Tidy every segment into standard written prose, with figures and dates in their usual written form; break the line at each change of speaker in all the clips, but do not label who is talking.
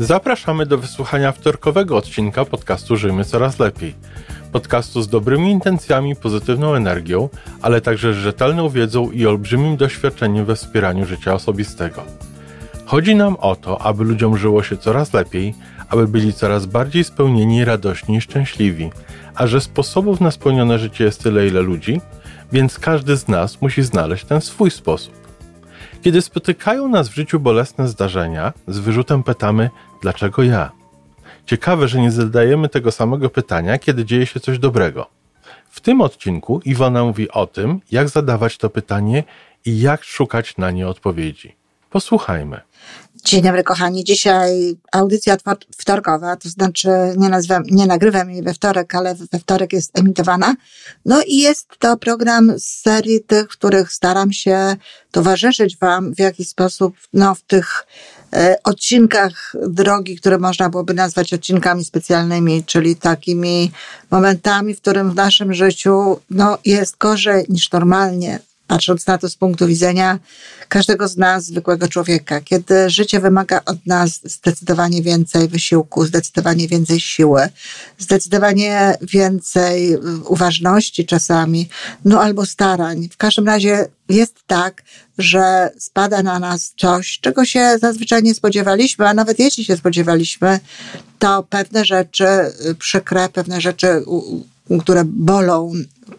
Zapraszamy do wysłuchania wtorkowego odcinka podcastu Żyjmy Coraz Lepiej. Podcastu z dobrymi intencjami, pozytywną energią, ale także z rzetelną wiedzą i olbrzymim doświadczeniem we wspieraniu życia osobistego. Chodzi nam o to, aby ludziom żyło się coraz lepiej, aby byli coraz bardziej spełnieni, radośni i szczęśliwi. A że sposobów na spełnione życie jest tyle, ile ludzi, więc każdy z nas musi znaleźć ten swój sposób. Kiedy spotykają nas w życiu bolesne zdarzenia, z wyrzutem pytamy, dlaczego ja? Ciekawe, że nie zadajemy tego samego pytania, kiedy dzieje się coś dobrego. W tym odcinku Iwona mówi o tym, jak zadawać to pytanie i jak szukać na nie odpowiedzi. Posłuchajmy.
Dzień dobry, kochani. Dzisiaj audycja wtorkowa, to znaczy nie nagrywam jej we wtorek, ale we wtorek jest emitowana. No i jest to program z serii tych, w których staram się towarzyszyć Wam w jakiś sposób, w tych odcinkach drogi, które można byłoby nazwać odcinkami specjalnymi, czyli takimi momentami, w którym w naszym życiu jest gorzej niż normalnie. Patrząc na to z punktu widzenia każdego z nas, zwykłego człowieka, kiedy życie wymaga od nas zdecydowanie więcej wysiłku, zdecydowanie więcej siły, zdecydowanie więcej uważności czasami, albo starań. W każdym razie jest tak, że spada na nas coś, czego się zazwyczaj nie spodziewaliśmy, a nawet jeśli się spodziewaliśmy, to pewne rzeczy przykre, pewne rzeczy, które bolą,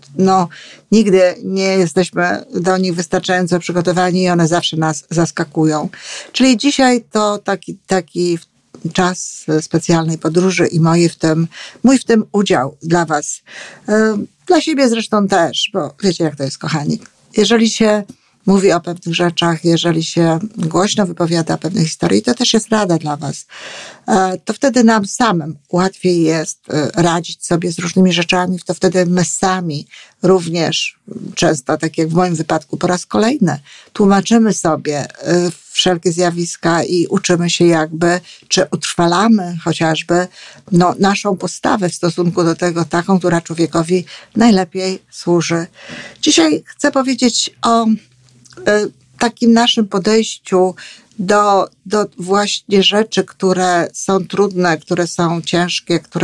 nigdy nie jesteśmy do nich wystarczająco przygotowani i one zawsze nas zaskakują. Czyli dzisiaj to taki czas specjalnej podróży i mój w tym udział dla Was. Dla siebie zresztą też, bo wiecie, jak to jest, kochani. Jeżeli się mówi o pewnych rzeczach, jeżeli się głośno wypowiada pewne historii, to też jest rada dla Was. To wtedy nam samym łatwiej jest radzić sobie z różnymi rzeczami, to wtedy my sami również często, tak jak w moim wypadku po raz kolejny, tłumaczymy sobie wszelkie zjawiska i uczymy się czy utrwalamy chociażby naszą postawę w stosunku do tego, taką, która człowiekowi najlepiej służy. Dzisiaj chcę powiedzieć o takim naszym podejściu do właśnie rzeczy, które są trudne, które są ciężkie, które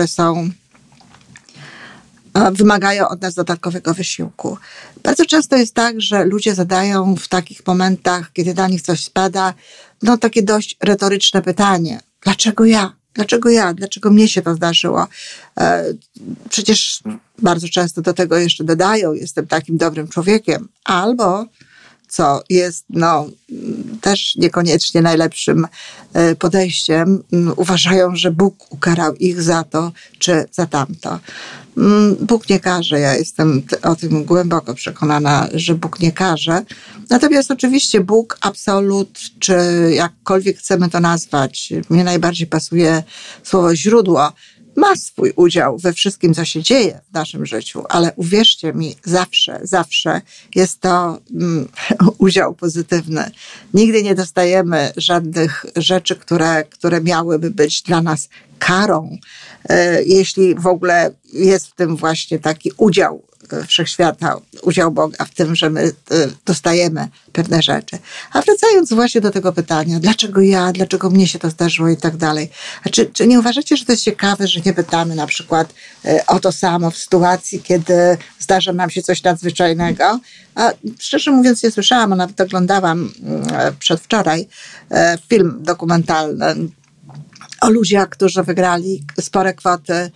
wymagają od nas dodatkowego wysiłku. Bardzo często jest tak, że ludzie zadają w takich momentach, kiedy na nich coś spada, takie dość retoryczne pytanie. Dlaczego ja? Dlaczego ja? Dlaczego mnie się to zdarzyło? Przecież bardzo często do tego jeszcze dodają, jestem takim dobrym człowiekiem. Albo co jest też niekoniecznie najlepszym podejściem, uważają, że Bóg ukarał ich za to czy za tamto. Bóg nie karze, ja jestem o tym głęboko przekonana, że Bóg nie karze. Natomiast oczywiście Bóg, absolut, czy jakkolwiek chcemy to nazwać, mnie najbardziej pasuje słowo źródło, ma swój udział we wszystkim, co się dzieje w naszym życiu, ale uwierzcie mi, zawsze jest to udział pozytywny. Nigdy nie dostajemy żadnych rzeczy, które miałyby być dla nas karą, jeśli w ogóle jest w tym właśnie taki udział wszechświata, udział Boga w tym, że my dostajemy pewne rzeczy. A wracając właśnie do tego pytania, dlaczego ja, dlaczego mnie się to zdarzyło i tak dalej. A czy nie uważacie, że to jest ciekawe, że nie pytamy na przykład o to samo w sytuacji, kiedy zdarza nam się coś nadzwyczajnego? A szczerze mówiąc nie słyszałam, a nawet oglądałam przedwczoraj film dokumentalny o ludziach, którzy wygrali spore kwoty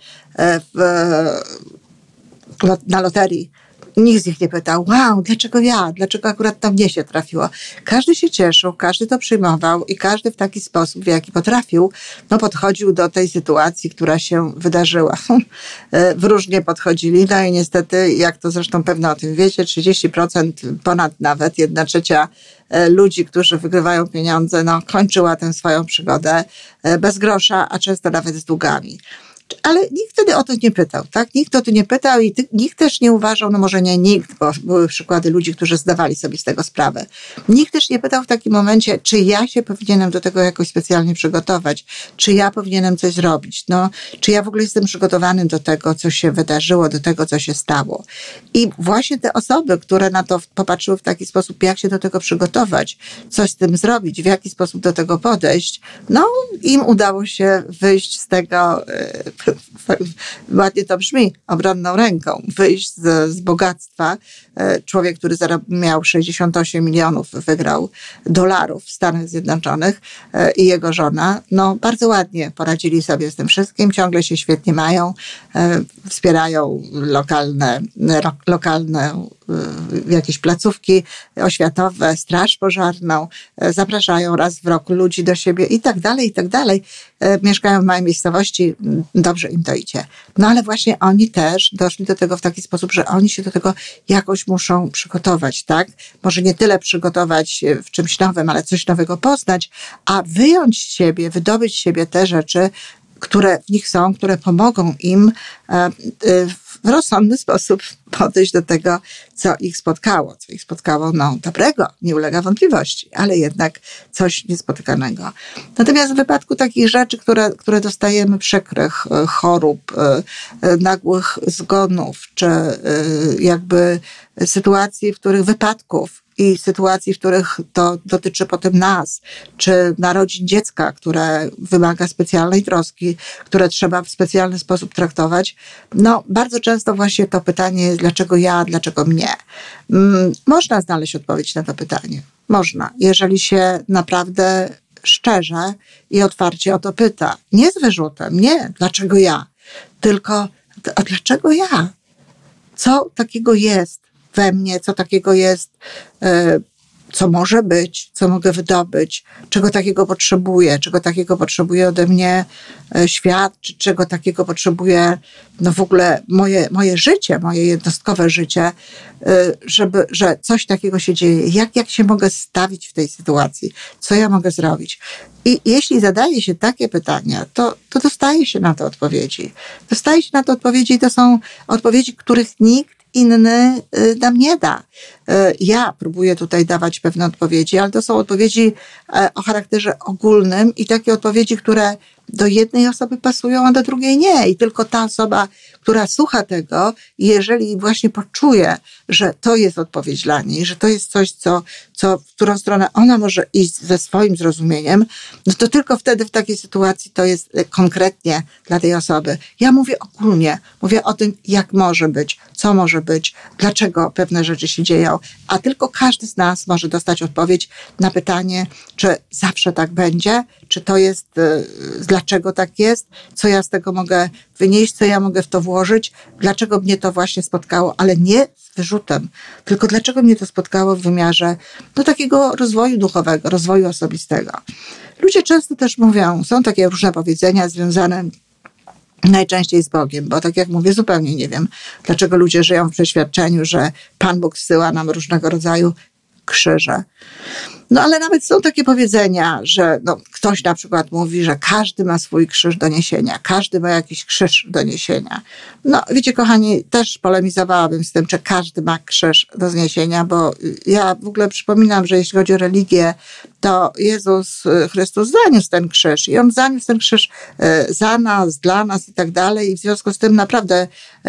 na loterii. Nikt z nich nie pytał, wow, dlaczego ja? Dlaczego akurat to mnie się trafiło? Każdy się cieszył, każdy to przyjmował i każdy w taki sposób, w jaki potrafił, podchodził do tej sytuacji, która się wydarzyła. Różnie podchodzili, i niestety, jak to zresztą pewno o tym wiecie, 30%, ponad nawet 1/3 ludzi, którzy wygrywają pieniądze, kończyła tę swoją przygodę bez grosza, a często nawet z długami. Ale nikt wtedy o to nie pytał, tak? Nikt o to nie pytał i nikt też nie uważał, no może nie nikt, bo były przykłady ludzi, którzy zdawali sobie z tego sprawę. Nikt też nie pytał w takim momencie, czy ja się powinienem do tego jakoś specjalnie przygotować, czy ja powinienem coś zrobić, no, czy ja w ogóle jestem przygotowany do tego, co się wydarzyło, do tego, co się stało. I właśnie te osoby, które na to popatrzyły w taki sposób, jak się do tego przygotować, coś z tym zrobić, w jaki sposób do tego podejść, no, im udało się wyjść z tego, ładnie to brzmi, obronną ręką, wyjść z bogactwa. Człowiek, który miał 68 milionów, wygrał dolarów w Stanach Zjednoczonych i jego żona, no bardzo ładnie poradzili sobie z tym wszystkim, ciągle się świetnie mają, wspierają lokalne jakieś placówki oświatowe, straż pożarną, zapraszają raz w roku ludzi do siebie i tak dalej, i tak dalej. Mieszkają w małej miejscowości, dobrze im to idzie. No ale właśnie oni też doszli do tego w taki sposób, że oni się do tego jakoś muszą przygotować, tak? Może nie tyle przygotować w czymś nowym, ale coś nowego poznać, a wyjąć z siebie, wydobyć z siebie te rzeczy, które w nich są, które pomogą im w rozsądny sposób podejść do tego, co ich spotkało. Co ich spotkało, no dobrego, nie ulega wątpliwości, ale jednak coś niespotykanego. Natomiast w wypadku takich rzeczy, które dostajemy, przykrych chorób, nagłych zgonów, czy jakby sytuacji, w których wypadków, i sytuacji, w których to dotyczy potem nas, czy narodzin dziecka, które wymaga specjalnej troski, które trzeba w specjalny sposób traktować, no bardzo często właśnie to pytanie jest, dlaczego ja, dlaczego mnie? Można znaleźć odpowiedź na to pytanie. Można, jeżeli się naprawdę szczerze i otwarcie o to pyta. Nie z wyrzutem, nie dlaczego ja, tylko a dlaczego ja? Co takiego jest we mnie, co takiego jest, co może być, co mogę wydobyć, czego takiego potrzebuje ode mnie świat, czy czego takiego potrzebuje no w ogóle moje życie, moje jednostkowe życie, że coś takiego się dzieje. Jak się mogę stawić w tej sytuacji? Co ja mogę zrobić? I jeśli zadaje się takie pytania, to dostaje się na to odpowiedzi. Dostaje się na to odpowiedzi i to są odpowiedzi, których nikt inny nam nie da. Ja próbuję tutaj dawać pewne odpowiedzi, ale to są odpowiedzi o charakterze ogólnym i takie odpowiedzi, które do jednej osoby pasują, a do drugiej nie. I tylko ta osoba, która słucha tego, jeżeli właśnie poczuje, że to jest odpowiedź dla niej, że to jest coś, w którą stronę ona może iść ze swoim zrozumieniem, no to tylko wtedy w takiej sytuacji to jest konkretnie dla tej osoby. Ja mówię ogólnie, mówię o tym, jak może być, co może być, dlaczego pewne rzeczy się dzieją, a tylko każdy z nas może dostać odpowiedź na pytanie, czy zawsze tak będzie, czy to jest, dlaczego tak jest, co ja z tego mogę wynieść, co ja mogę w to włożyć, dlaczego mnie to właśnie spotkało, ale nie z wyrzutem, tylko dlaczego mnie to spotkało w wymiarze takiego rozwoju duchowego, rozwoju osobistego. Ludzie często też mówią, są takie różne powiedzenia związane najczęściej z Bogiem, bo tak jak mówię, zupełnie nie wiem, dlaczego ludzie żyją w przeświadczeniu, że Pan Bóg zsyła nam różnego rodzaju krzyże. No ale nawet są takie powiedzenia, że ktoś na przykład mówi, że każdy ma swój krzyż do niesienia, każdy ma jakiś krzyż do niesienia. No wiecie, kochani, też polemizowałabym z tym, czy każdy ma krzyż do zniesienia, bo ja w ogóle przypominam, że jeśli chodzi o religię, to Jezus Chrystus zaniósł ten krzyż i On zaniósł ten krzyż za nas, dla nas i tak dalej i w związku z tym naprawdę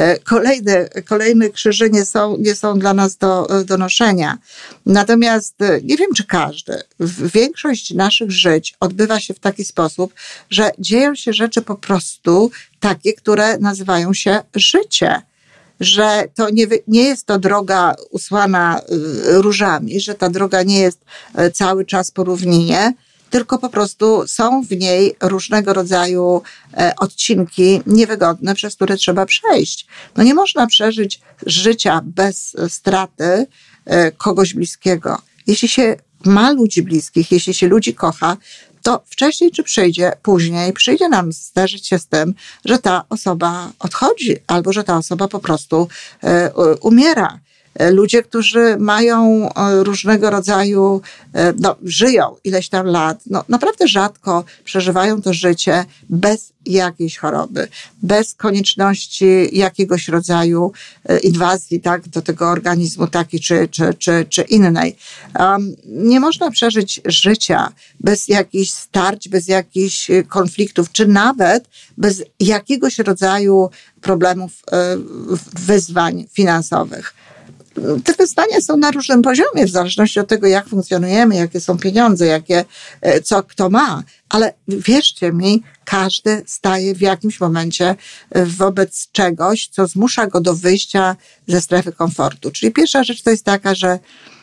kolejne krzyże nie są dla nas do noszenia. Natomiast nie wiem, czy każdy. Większość naszych żyć odbywa się w taki sposób, że dzieją się rzeczy po prostu takie, które nazywają się życie. Że to nie jest to droga usłana różami, że ta droga nie jest cały czas po równinie, tylko po prostu są w niej różnego rodzaju odcinki niewygodne, przez które trzeba przejść. No nie można przeżyć życia bez straty kogoś bliskiego. Jeśli się ma ludzi bliskich, jeśli się ludzi kocha, to wcześniej czy później przyjdzie nam zderzyć się z tym, że ta osoba odchodzi albo że ta osoba po prostu umiera. Ludzie, którzy mają różnego rodzaju, żyją ileś tam lat, naprawdę rzadko przeżywają to życie bez jakiejś choroby, bez konieczności jakiegoś rodzaju inwazji, tak, do tego organizmu takiej czy innej. Nie można przeżyć życia bez jakichś starć, bez jakichś konfliktów, czy nawet bez jakiegoś rodzaju problemów, wyzwań finansowych. Te wyzwania są na różnym poziomie, w zależności od tego, jak funkcjonujemy, jakie są pieniądze, co kto ma. Ale wierzcie mi, każdy staje w jakimś momencie wobec czegoś, co zmusza go do wyjścia ze strefy komfortu. Czyli pierwsza rzecz to jest taka, że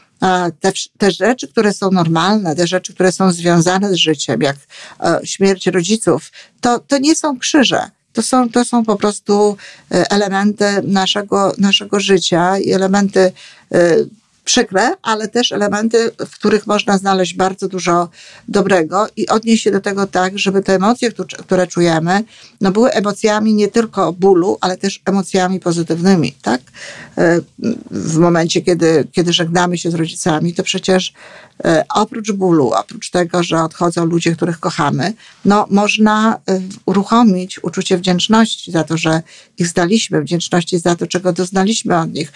te rzeczy, które są normalne, te rzeczy, które są związane z życiem, jak śmierć rodziców, to nie są krzyże. To są po prostu elementy naszego życia i elementy przykre, ale też elementy, w których można znaleźć bardzo dużo dobrego i odnieść się do tego tak, żeby te emocje, które czujemy, były emocjami nie tylko bólu, ale też emocjami pozytywnymi, tak? W momencie, kiedy żegnamy się z rodzicami, to przecież oprócz bólu, oprócz tego, że odchodzą ludzie, których kochamy, można uruchomić uczucie wdzięczności za to, że ich zdaliśmy, wdzięczności za to, czego doznaliśmy od nich,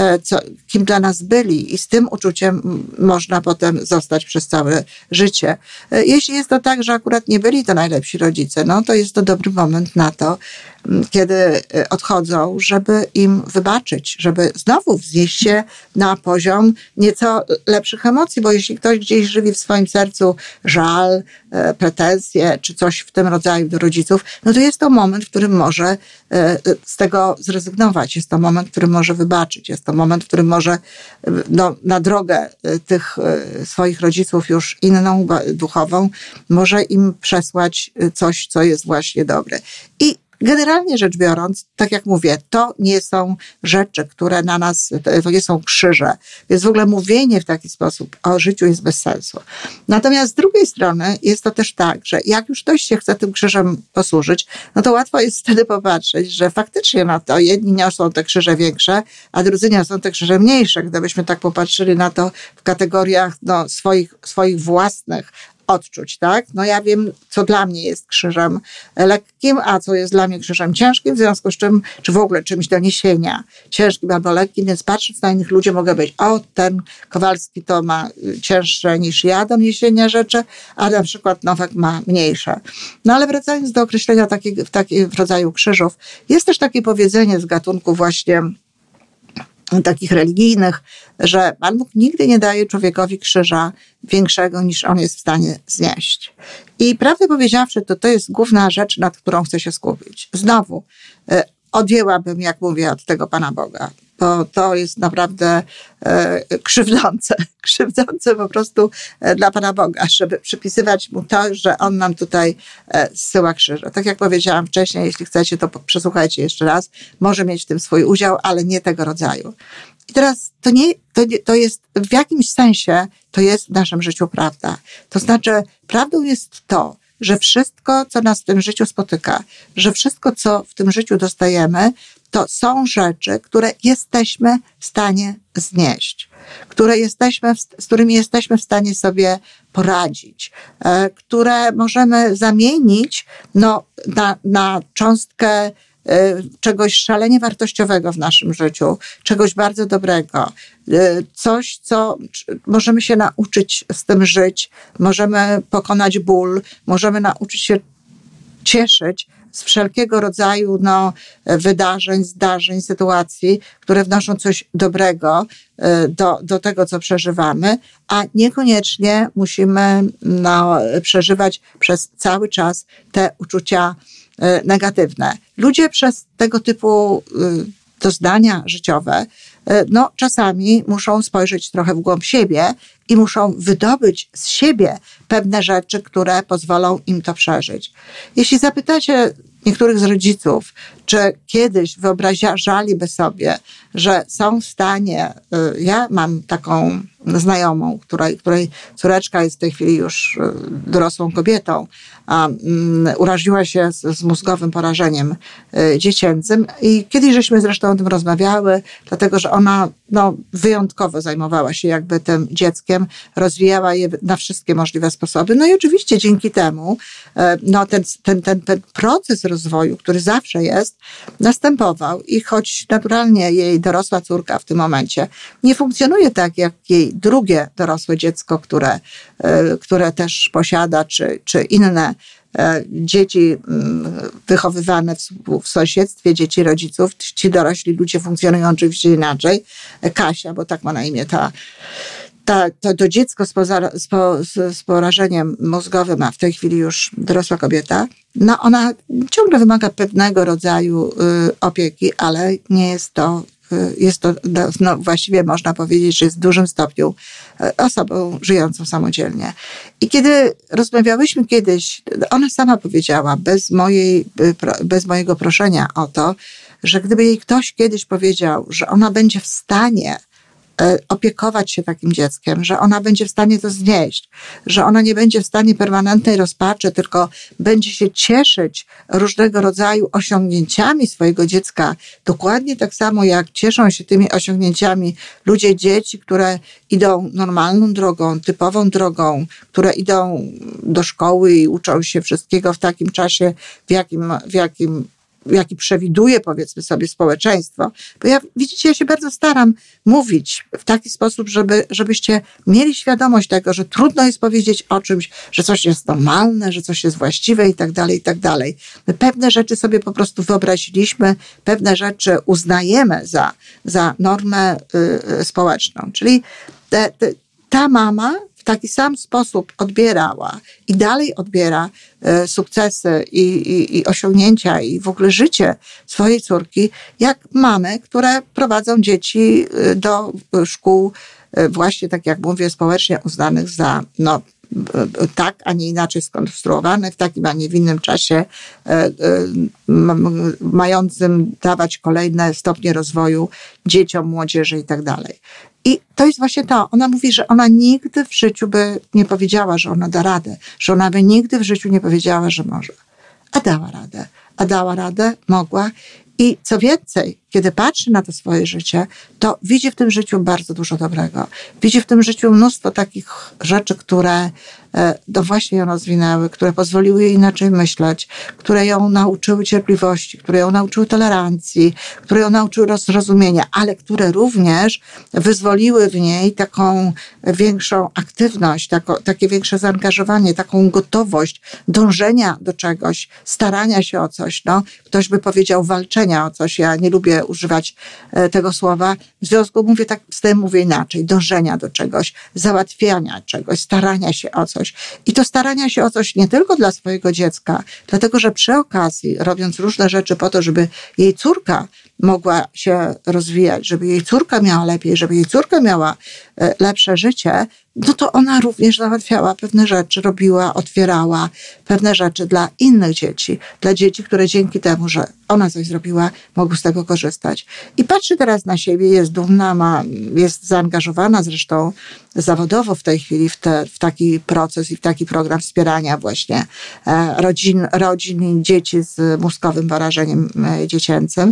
kim dla nas byli i z tym uczuciem można potem zostać przez całe życie. Jeśli jest to tak, że akurat nie byli to najlepsi rodzice, to jest to dobry moment na to, kiedy odchodzą, żeby im wybaczyć, żeby znowu wznieść się na poziom nieco lepszych emocji, bo jeśli ktoś gdzieś żywi w swoim sercu żal, pretensje, czy coś w tym rodzaju do rodziców, to jest to moment, w którym może z tego zrezygnować. Jest to moment, w którym może wybaczyć. Jest to moment, w którym może na drogę tych swoich rodziców już inną, duchową, może im przesłać coś, co jest właśnie dobre. I generalnie rzecz biorąc, tak jak mówię, to nie są rzeczy, które na nas, to nie są krzyże. Więc w ogóle mówienie w taki sposób o życiu jest bez sensu. Natomiast z drugiej strony jest to też tak, że jak już ktoś się chce tym krzyżem posłużyć, to łatwo jest wtedy popatrzeć, że faktycznie to jedni niosą te krzyże większe, a drudzy niosą te krzyże mniejsze. Gdybyśmy tak popatrzyli na to w kategoriach swoich własnych odczuć, tak? Ja wiem, co dla mnie jest krzyżem lekkim, a co jest dla mnie krzyżem ciężkim, w związku z czym, czy w ogóle czymś do niesienia, ciężkim albo lekkim, więc patrząc na innych ludzi mogę być, ten Kowalski to ma cięższe niż ja do niesienia rzeczy, a na przykład Nowak ma mniejsze. Ale wracając do określenia takiego rodzaju krzyżów, jest też takie powiedzenie z gatunku właśnie takich religijnych, że Pan Bóg nigdy nie daje człowiekowi krzyża większego, niż on jest w stanie znieść. I prawdę powiedziawszy, to jest główna rzecz, nad którą chcę się skupić. Znowu, odjęłabym, jak mówię, od tego Pana Boga, bo to jest naprawdę krzywdzące po prostu dla Pana Boga, żeby przypisywać Mu to, że On nam tutaj zsyła krzyże. Tak jak powiedziałam wcześniej, jeśli chcecie, to przesłuchajcie jeszcze raz, może mieć w tym swój udział, ale nie tego rodzaju. I teraz to jest w jakimś sensie, to jest w naszym życiu prawda. To znaczy, prawdą jest to, że wszystko, co nas w tym życiu spotyka, że wszystko, co w tym życiu dostajemy, to są rzeczy, które jesteśmy w stanie znieść, z którymi jesteśmy w stanie sobie poradzić, które możemy zamienić na cząstkę czegoś szalenie wartościowego w naszym życiu, czegoś bardzo dobrego, coś, co możemy się nauczyć z tym żyć, możemy pokonać ból, możemy nauczyć się cieszyć z wszelkiego rodzaju wydarzeń, zdarzeń, sytuacji, które wnoszą coś dobrego do tego, co przeżywamy, a niekoniecznie musimy przeżywać przez cały czas te uczucia negatywne. Ludzie przez tego typu doznania życiowe czasami muszą spojrzeć trochę w głąb siebie i muszą wydobyć z siebie pewne rzeczy, które pozwolą im to przeżyć. Jeśli zapytacie niektórych z rodziców, Czy kiedyś wyobrażaliby sobie, że są w stanie, ja mam taką znajomą, której córeczka jest w tej chwili już dorosłą kobietą, uraziła się z mózgowym porażeniem dziecięcym i kiedyś żeśmy zresztą o tym rozmawiały, dlatego że ona wyjątkowo zajmowała się jakby tym dzieckiem, rozwijała je na wszystkie możliwe sposoby. No i oczywiście dzięki temu ten proces rozwoju, który zawsze jest, następował i choć naturalnie jej dorosła córka w tym momencie nie funkcjonuje tak jak jej drugie dorosłe dziecko, które też posiada, czy inne dzieci wychowywane w sąsiedztwie, dzieci rodziców, ci dorośli ludzie funkcjonują oczywiście inaczej. Kasia, bo tak ma na imię to dziecko z porażeniem mózgowym, a w tej chwili już dorosła kobieta, ona ciągle wymaga pewnego rodzaju opieki, ale nie jest to właściwie można powiedzieć, że jest w dużym stopniu osobą żyjącą samodzielnie. I kiedy rozmawiałyśmy kiedyś, ona sama powiedziała, bez mojego proszenia o to, że gdyby jej ktoś kiedyś powiedział, że ona będzie w stanie opiekować się takim dzieckiem, że ona będzie w stanie to znieść, że ona nie będzie w stanie permanentnej rozpaczy, tylko będzie się cieszyć różnego rodzaju osiągnięciami swojego dziecka, dokładnie tak samo jak cieszą się tymi osiągnięciami dzieci, które idą normalną drogą, typową drogą, które idą do szkoły i uczą się wszystkiego w takim czasie, jaki przewiduje, powiedzmy sobie, społeczeństwo. Bo widzicie, ja się bardzo staram mówić w taki sposób, żebyście mieli świadomość tego, że trudno jest powiedzieć o czymś, że coś jest normalne, że coś jest właściwe i tak dalej, i tak dalej. My pewne rzeczy sobie po prostu wyobraziliśmy, pewne rzeczy uznajemy za normę społeczną. Czyli ta mama w taki sam sposób odbierała i dalej odbiera sukcesy i osiągnięcia i w ogóle życie swojej córki, jak mamy, które prowadzą dzieci do szkół właśnie, tak jak mówię, społecznie uznanych za tak, a nie inaczej skonstruowane, w takim, a nie w innym czasie, mającym dawać kolejne stopnie rozwoju dzieciom, młodzieży i tak dalej. I to jest właśnie to. Ona mówi, że ona nigdy w życiu by nie powiedziała, że ona da radę, że ona by nigdy w życiu nie powiedziała, że może. A dała radę, mogła. I co więcej, kiedy patrzy na to swoje życie, to widzi w tym życiu bardzo dużo dobrego. Widzi w tym życiu mnóstwo takich rzeczy, które właśnie ją rozwinęły, które pozwoliły jej inaczej myśleć, które ją nauczyły cierpliwości, które ją nauczyły tolerancji, które ją nauczyły zrozumienia, ale które również wyzwoliły w niej taką większą aktywność, takie większe zaangażowanie, taką gotowość dążenia do czegoś, starania się o coś. Ktoś by powiedział walczenia o coś. Ja nie lubię używać tego słowa. W związku z tym mówię inaczej. Dążenia do czegoś, załatwiania czegoś, starania się o coś. I to starania się o coś nie tylko dla swojego dziecka, dlatego że przy okazji, robiąc różne rzeczy po to, żeby jej córka mogła się rozwijać, żeby jej córka miała lepiej, żeby jej córka miała lepsze życie, to ona również załatwiała pewne rzeczy, robiła, otwierała pewne rzeczy dla innych dzieci, dla dzieci, które dzięki temu, że ona coś zrobiła, mogły z tego korzystać. I patrzy teraz na siebie, jest dumna, jest zaangażowana zresztą zawodowo w tej chwili w taki proces i w taki program wspierania właśnie rodzin i dzieci z mózgowym porażeniem dziecięcym.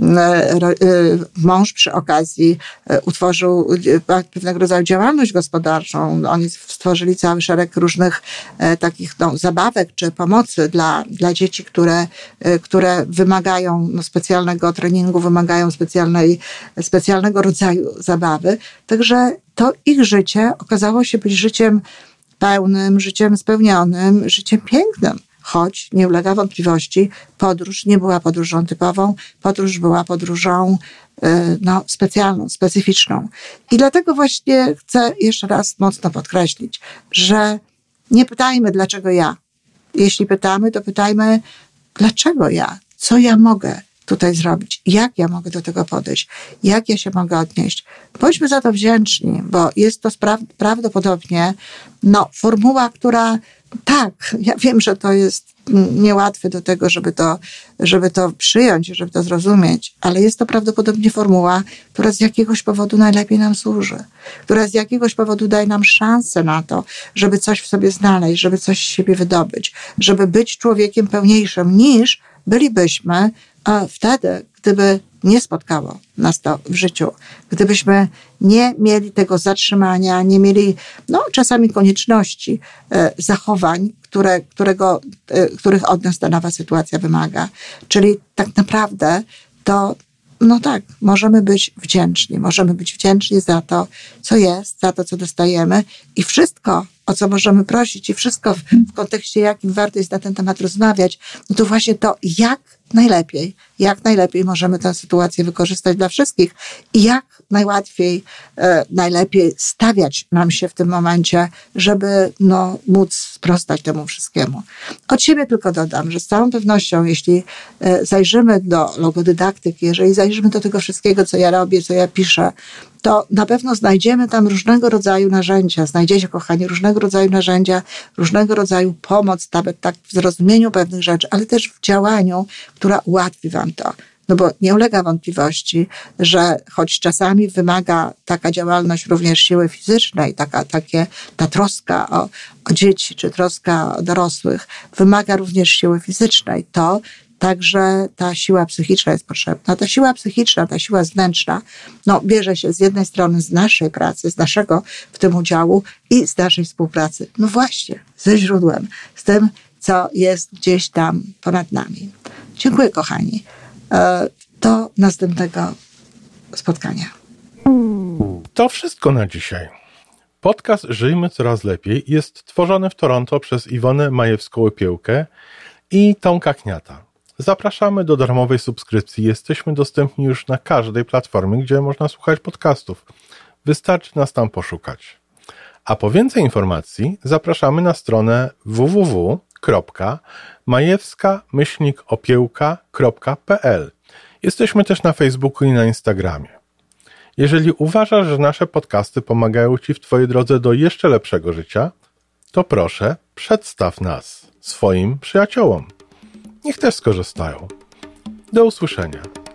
Mąż przy okazji utworzył pewnego rodzaju działalność gospodarczą. Oni stworzyli cały szereg różnych takich zabawek czy pomocy dla dzieci, które wymagają specjalnego treningu, wymagają specjalnego rodzaju zabawy. Także to ich życie okazało się być życiem pełnym, życiem spełnionym, życiem pięknym. Choć nie ulega wątpliwości, podróż nie była podróżą typową, podróż była podróżą specjalną, specyficzną. I dlatego właśnie chcę jeszcze raz mocno podkreślić, że nie pytajmy, dlaczego ja. Jeśli pytamy, to pytajmy, dlaczego ja? Co ja mogę tutaj zrobić? Jak ja mogę do tego podejść? Jak ja się mogę odnieść? Bądźmy za to wdzięczni, bo jest to prawdopodobnie formuła, która tak, ja wiem, że to jest niełatwy do tego, żeby to przyjąć, żeby to zrozumieć, ale jest to prawdopodobnie formuła, która z jakiegoś powodu najlepiej nam służy, która z jakiegoś powodu daje nam szansę na to, żeby coś w sobie znaleźć, żeby coś z siebie wydobyć, żeby być człowiekiem pełniejszym niż bylibyśmy wtedy, gdyby nie spotkało nas to w życiu, gdybyśmy nie mieli tego zatrzymania, nie mieli czasami konieczności zachowań, których od nas ta nowa sytuacja wymaga. Czyli tak naprawdę to możemy być wdzięczni za to, co jest, za to, co dostajemy i wszystko, o co możemy prosić i wszystko w kontekście, jakim warto jest na ten temat rozmawiać, to właśnie to, jak najlepiej możemy tę sytuację wykorzystać dla wszystkich i jak najlepiej stawiać nam się w tym momencie, żeby móc sprostać temu wszystkiemu. Od siebie tylko dodam, że z całą pewnością, jeśli zajrzymy do logodydaktyki, jeżeli zajrzymy do tego wszystkiego, co ja robię, co ja piszę, to na pewno znajdziemy tam różnego rodzaju narzędzia. Znajdziecie, kochani, różnego rodzaju narzędzia, różnego rodzaju pomoc, nawet tak w zrozumieniu pewnych rzeczy, ale też w działaniu, która ułatwi wam to. Bo nie ulega wątpliwości, że choć czasami wymaga taka działalność również siły fizycznej, ta troska o dzieci, czy troska o dorosłych, wymaga również siły fizycznej. To także ta siła psychiczna jest potrzebna. Ta siła psychiczna, ta siła zewnętrzna, bierze się z jednej strony z naszej pracy, z naszego w tym udziału i z naszej współpracy. Właśnie, ze źródłem, z tym, co jest gdzieś tam ponad nami. Dziękuję, kochani. Do następnego spotkania.
To wszystko na dzisiaj. Podcast Żyjmy Coraz Lepiej jest tworzony w Toronto przez Iwonę Majewską-Opiełkę i Tomka Kniata. Zapraszamy do darmowej subskrypcji. Jesteśmy dostępni już na każdej platformie, gdzie można słuchać podcastów. Wystarczy nas tam poszukać. A po więcej informacji zapraszamy na stronę www.majewska-opiełka.pl. Jesteśmy też na Facebooku i na Instagramie. Jeżeli uważasz, że nasze podcasty pomagają Ci w Twojej drodze do jeszcze lepszego życia, to proszę, przedstaw nas swoim przyjaciołom. Niech też skorzystają. Do usłyszenia.